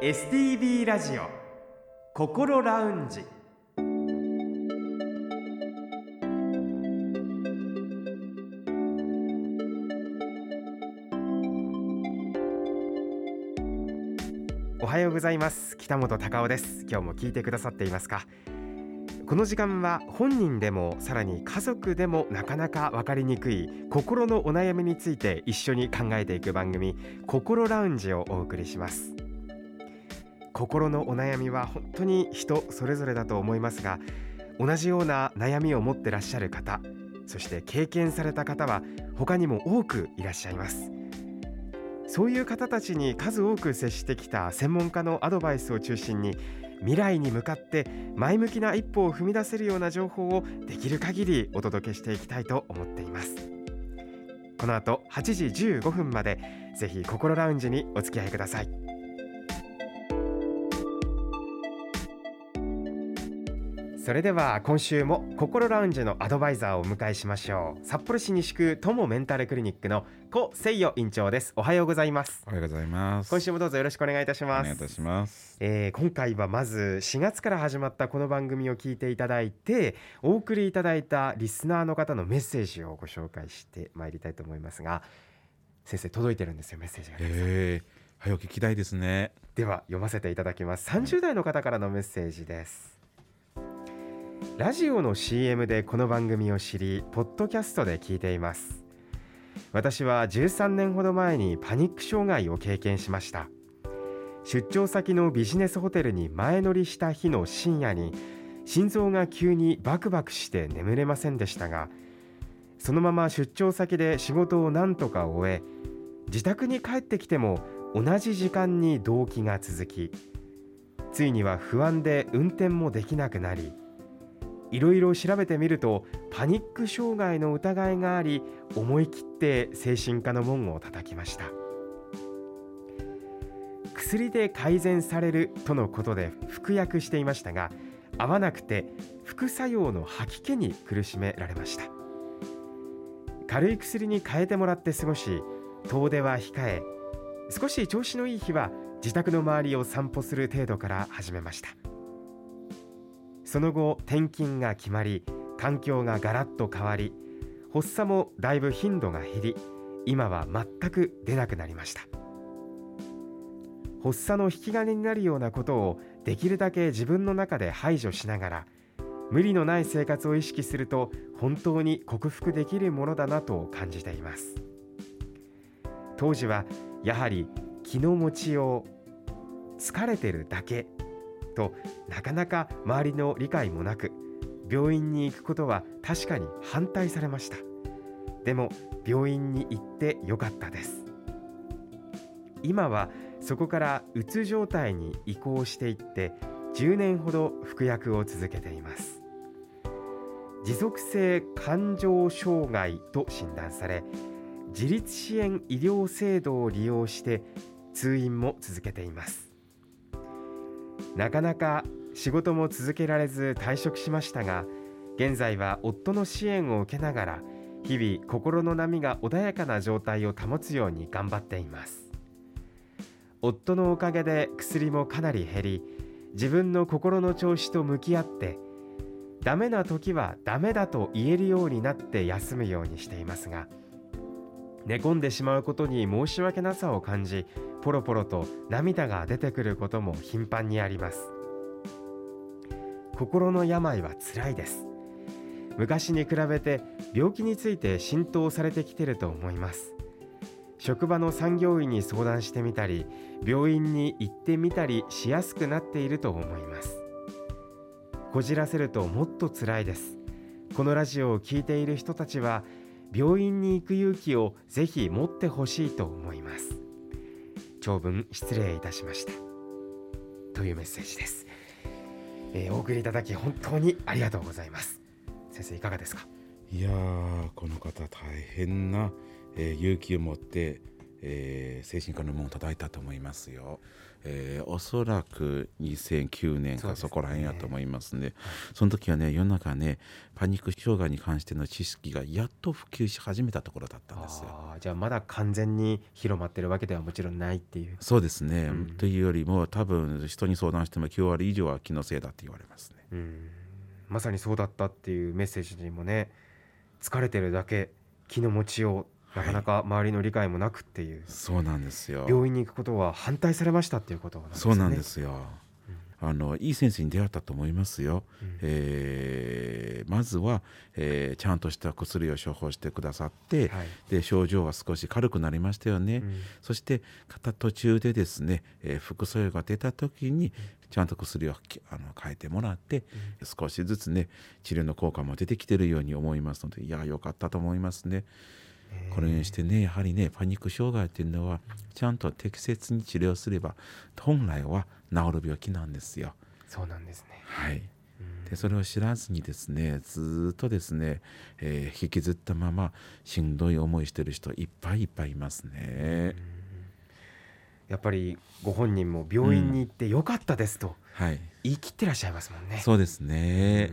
STB ラジオ心ラウンジ。おはようございます。北本隆夫です。今日も聞いてくださっていますか？この時間は本人でもさらに家族でもなかなか分かりにくい心のお悩みについて一緒に考えていく番組、心ラウンジをお送りします。心のお悩みは本当に人それぞれだと思いますが、同じような悩みを持ってらっしゃる方、そして経験された方は他にも多くいらっしゃいます。そういう方たちに数多く接してきた専門家のアドバイスを中心に、未来に向かって前向きな一歩を踏み出せるような情報をできる限りお届けしていきたいと思っています。この後8時15分までぜひ心ラウンジにお付き合いください。それでは今週も心ラウンジのアドバイザーをお迎えしましょう。札幌市西区友メンタルクリニックの古誠代院長です。おはようございます。 おはようございます。 今週もどうぞよろしくお願いいたします。 お願いいたします。 今回はまず4月から始まったこの番組を聞いていただいてお送りいただいたリスナーの方のメッセージをご紹介してまいりたいと思いますが、先生届いてるんですよ、メッセージが。 早起き聞きたいですね。 では読ませていただきます。30代の方からのメッセージです。ラジオの CM でこの番組を知り、ポッドキャストで聞いています。私は13年ほど前にパニック障害を経験しました。出張先のビジネスホテルに前乗りした日の深夜に心臓が急にバクバクして眠れませんでしたが、そのまま出張先で仕事を何とか終え、自宅に帰ってきても同じ時間に動悸が続き、ついには不安で運転もできなくなり、いろいろ調べてみるとパニック障害の疑いがあり、思い切って精神科の門を叩きました。薬で改善されるとのことで服薬していましたが、合わなくて副作用の吐き気に苦しめられました。軽い薬に変えてもらって過ごし、遠出は控え、少し調子のいい日は自宅の周りを散歩する程度から始めました。その後転勤が決まり、環境がガラッと変わり、発作もだいぶ頻度が減り、今は全く出なくなりました。発作の引き金になるようなことをできるだけ自分の中で排除しながら、無理のない生活を意識すると本当に克服できるものだなと感じています。当時はやはり気の持ちよう、疲れてるだけとなかなか周りの理解もなく、病院に行くことは確かに反対されました。でも病院に行ってよかったです。今はそこからうつ状態に移行していって10年ほど服薬を続けています。持続性感情障害と診断され、自立支援医療制度を利用して通院も続けています。なかなか仕事も続けられず退職しましたが、現在は夫の支援を受けながら日々心の波が穏やかな状態を保つように頑張っています。夫のおかげで薬もかなり減り、自分の心の調子と向き合って、ダメな時はダメだと言えるようになって休むようにしていますが、寝込んでしまうことに申し訳なさを感じ、ポロポロと涙が出てくることも頻繁にあります。心の病は辛いです。昔に比べて病気について浸透されてきていると思います。職場の産業医に相談してみたり、病院に行ってみたりしやすくなっていると思います。こじらせるともっと辛いです。このラジオを聞いている人たちは病院に行く勇気をぜひ持ってほしいと思います。長文失礼いたしました、というメッセージです。お送りいただき本当にありがとうございます。先生いかがですか？ いやー、この方大変な、勇気を持って、 精神科の門を叩いたと思いますよ。おそらく2009年かそこら辺やと思いますね。その時はね、世の中ね、パニック障害に関しての知識がやっと普及し始めたところだったんですよ。 じゃあまだ完全に広まってるわけではもちろんないっていう。 そうですね、というよりも多分人に相談しても9割以上は気のせいだって言われますね。 まさにそうだったっていうメッセージにもね、疲れてるだけ気の持ちよう、なかなか周りの理解もなくっていう、 そうなんですよ。 病院に行くことは反対されましたっていうことなんですね。 そうなんですよ。いい先生に出会ったと思いますよ。まずは、ちゃんとした薬を処方してくださって、で症状は少し軽くなりましたよね。そして途中でですね、副作用が出た時にちゃんと薬を変えてもらって、少しずつね治療の効果も出てきているように思いますので、いや良かったと思いますね。これにしてね、やはりねパニック障害というのはちゃんと適切に治療すれば本来は治る病気なんですよ。 そうなんですね。 はい。でそれを知らずにですね、ずっとですね、引きずったまましんどい思いしている人いっぱいいっぱいいますね。 やっぱりご本人も病院に行ってよかったですと言い切ってらっしゃいますもんね。 そうですね。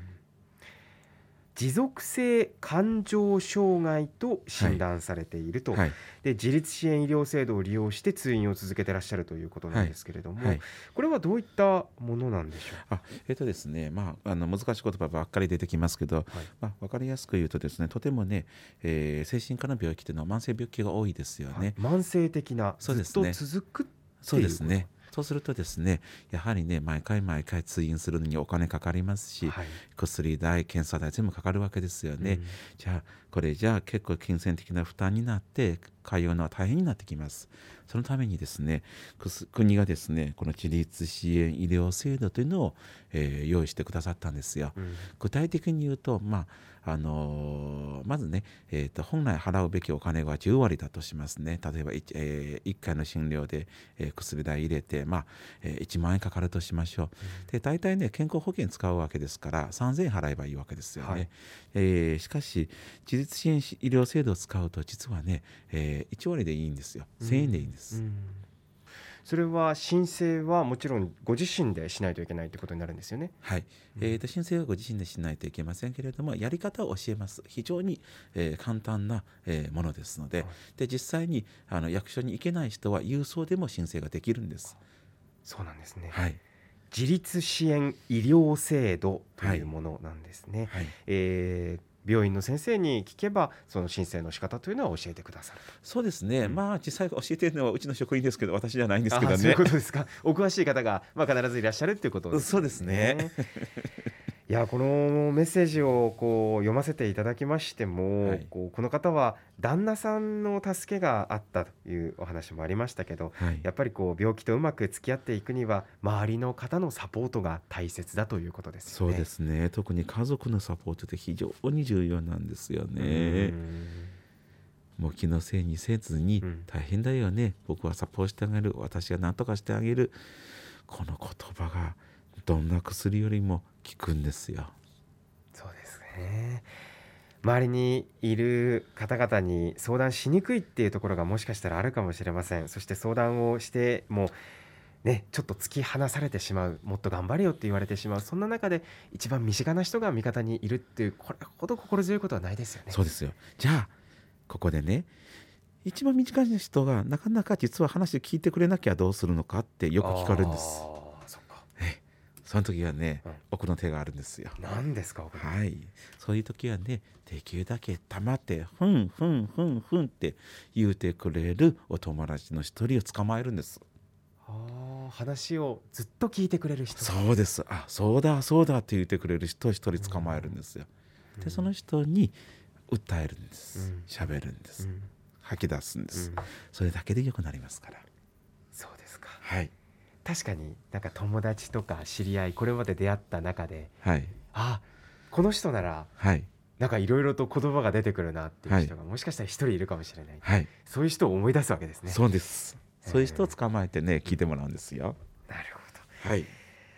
持続性感情障害と診断されていると、で自立支援医療制度を利用して通院を続けてらっしゃるということなんですけれども、これはどういったものなんでしょう。 ですね、難しい言葉ばっかり出てきますけど、分かりやすく言うとですね、とてもね、精神科の病気というのは慢性病気が多いですよね。 慢性的な、ずっと続くっていう。 そうですね。そうするとですね、やはりね毎回通院するのにお金かかりますし、薬代検査代全部かかるわけですよね。じゃあこれじゃあ結構金銭的な負担になって通うのは大変になってきます。そのためにですね、国がですねこの自立支援医療制度というのを、用意してくださったんですよ。具体的に言うと、まずね、本来払うべきお金は10割だとしますね。例えば 1回の診療で、薬代入れて、1万円かかるとしましょう。で大体ね健康保険使うわけですから3000円払えばいいわけですよね。しかし自立支援医療制度を使うと実はね、1割でいいんですよ。1000円でいいんです。 それは申請はもちろんご自身でしないといけないということになるんですよね。 申請はご自身でしないといけませんけれども、やり方を教えます。非常に、簡単な、ものですので、実際に役所に行けない人は郵送でも申請ができるんです。 そうなんですね。自立支援医療制度というものなんですね。病院の先生に聞けばその申請の仕方というのは教えてくださると。 そうですね、実際教えているのはうちの職員ですけど私じゃないんですけどね。 そういうことですか。お詳しい方が必ずいらっしゃるということですね。 そうですね。 いや、このメッセージを読ませていただきましても、この方は旦那さんの助けがあったというお話もありましたけど、やっぱり病気とうまく付き合っていくには周りの方のサポートが大切だということですよね。 そうですね。特に家族のサポートって非常に重要なんですよね。もう気のせいにせずに、大変だよね、僕はサポートしてあげる、私が何とかしてあげる、この言葉がどんな薬よりも効くんですよ。 そうですね。周りにいる方々に相談しにくいっていうところがもしかしたらあるかもしれません。そして相談をしてもちょっと突き放されてしまう、もっと頑張れよって言われてしまう、そんな中で一番身近な人が味方にいるっていう、これほど心強いことはないですよね。 そうですよ。じゃあここでね、一番身近な人がなかなか実は話を聞いてくれなきゃどうするのかってよく聞かれるんです。その時はね、奥の手があるんですよ。 何ですか？ そういう時はね、できるだけ黙ってふんふんふんふんって言うてくれるお友達の一人を捕まえるんです。 話をずっと聞いてくれる人。 そうです。そうだそうだって言ってくれる人を一人捕まえるんですよ。でその人に訴えるんです。喋るんです。吐き出すんです。それだけで良くなりますから。 そうですか。 確かに友達とか知り合い、これまで出会った中で、この人ならいろいろと言葉が出てくるなっていう人がもしかしたら一人いるかもしれない、そういう人を思い出すわけですね。 そうです。そういう人を捕まえてね、聞いてもらうんですよ。 なるほど。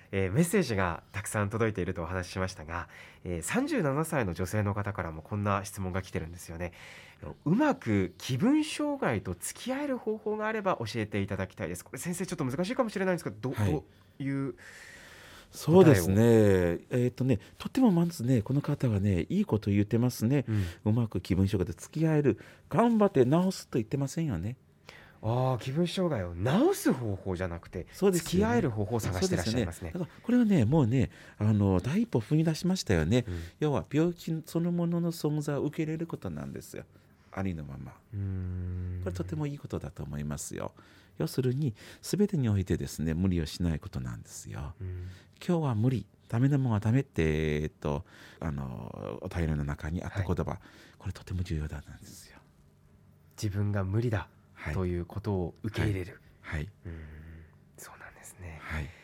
メッセージがたくさん届いているとお話ししましたが、37歳の女性の方からもこんな質問が来てるんですよね。うまく気分障害と付き合える方法があれば教えていただきたいです。これ先生ちょっと難しいかもしれないんですけど、 はい、 どういうそうですね。とってもまずね、この方はね、いいこと言ってますね。うまく気分障害と付き合える。頑張って治すと言ってませんよね。 気分障害を治す方法じゃなくて、 そうですよね。 付き合える方法を探してらっしゃいますね。 だからこれはね、もうね、第一歩踏み出しましたよね。要は病気そのものの存在を受け入れることなんですよ。ありのまま。これとてもいいことだと思いますよ。要するに全てにおいてですね、無理をしないことなんですよ。今日は無理、ダメなものはダメってお便りの中にあった言葉、これとても重要だなんですよ。 自分が無理だ、ということを受け入れる。そうなんですね。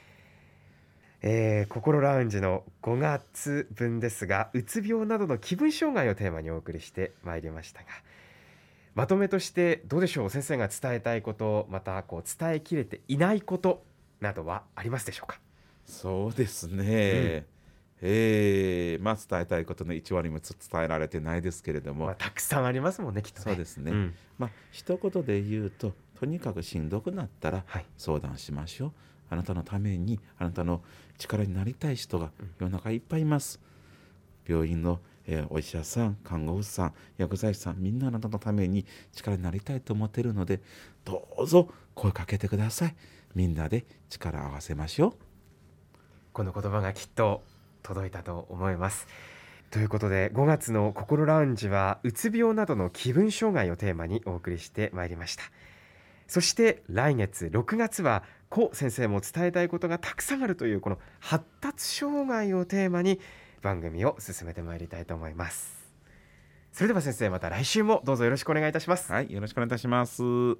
心ラウンジの5月分ですが、うつ病などの気分障害をテーマにお送りしてまいりましたが、まとめとしてどうでしょう。先生が伝えたいこと、また伝えきれていないことなどはありますでしょうか。 そうですね、伝えたいことの1割も伝えられてないですけれども、 たくさんありますもんね、きっとね。 そうですね、一言で言うと、とにかくしんどくなったら相談しましょう。あなたのために、あなたの力になりたい人が世の中いっぱいいます。病院のお医者さん、看護婦さん、薬剤師さん、みんなあなたのために力になりたいと思っているので、どうぞ声かけてください。みんなで力を合わせましょう。 この言葉がきっと届いたと思います。ということで、5月の心ラウンジはうつ病などの気分障害をテーマにお送りしてまいりました。そして来月6月はコ先生も伝えたいことがたくさんあるというこの発達障害をテーマに番組を進めてまいりたいと思います。それでは先生、また来週もどうぞよろしくお願いいたします。 はい、よろしくお願いいたします。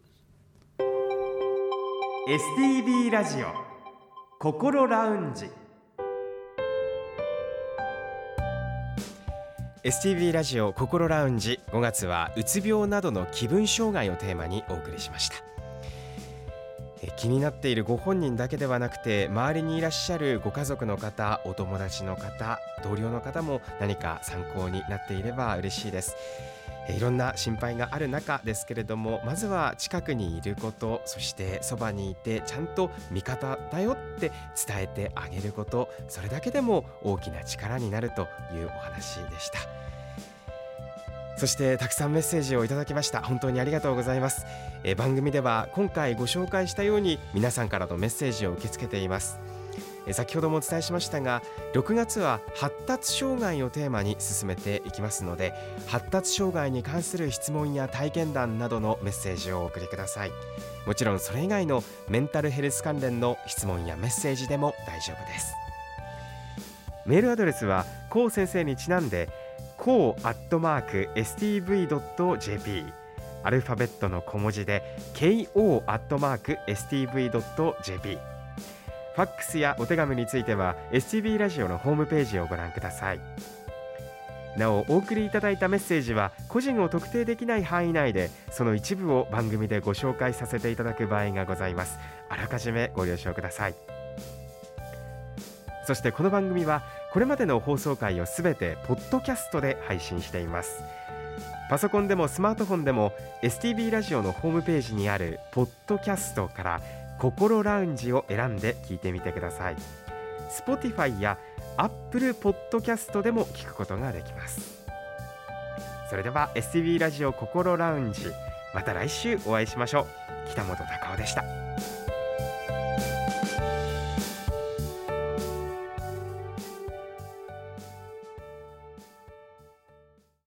STB ラジオ心ラウンジ。 STB ラジオ心ラウンジ、5月はうつ病などの気分障害をテーマにお送りしました。気になっているご本人だけではなくて、周りにいらっしゃるご家族の方、お友達の方、同僚の方も何か参考になっていれば嬉しいです。いろんな心配がある中ですけれども、まずは近くにいること、そしてそばにいてちゃんと味方だよって伝えてあげること、それだけでも大きな力になるというお話でした。そしてたくさんメッセージをいただきました。本当にありがとうございます。番組では今回ご紹介したように皆さんからのメッセージを受け付けています。先ほどもお伝えしましたが、6月は発達障害をテーマに進めていきますので、発達障害に関する質問や体験談などのメッセージをお送りください。もちろんそれ以外のメンタルヘルス関連の質問やメッセージでも大丈夫です。メールアドレスはコウ先生にちなんでko@stv.jp、 アルファベットの小文字で ko@stv.jp。 ファックスやお手紙については STB ラジオのホームページをご覧ください。なお、お送りいただいたメッセージは個人を特定できない範囲内で、その一部を番組でご紹介させていただく場合がございます。あらかじめご了承ください。そしてこの番組はこれまでの放送回をすべてポッドキャストで配信しています。パソコンでもスマートフォンでも STB ラジオのホームページにあるポッドキャストから心ラウンジを選んで聞いてみてください。 Spotify や Apple ポッドキャストでも聞くことができます。それでは STB ラジオ心ラウンジ、また来週お会いしましょう。北本隆夫でした。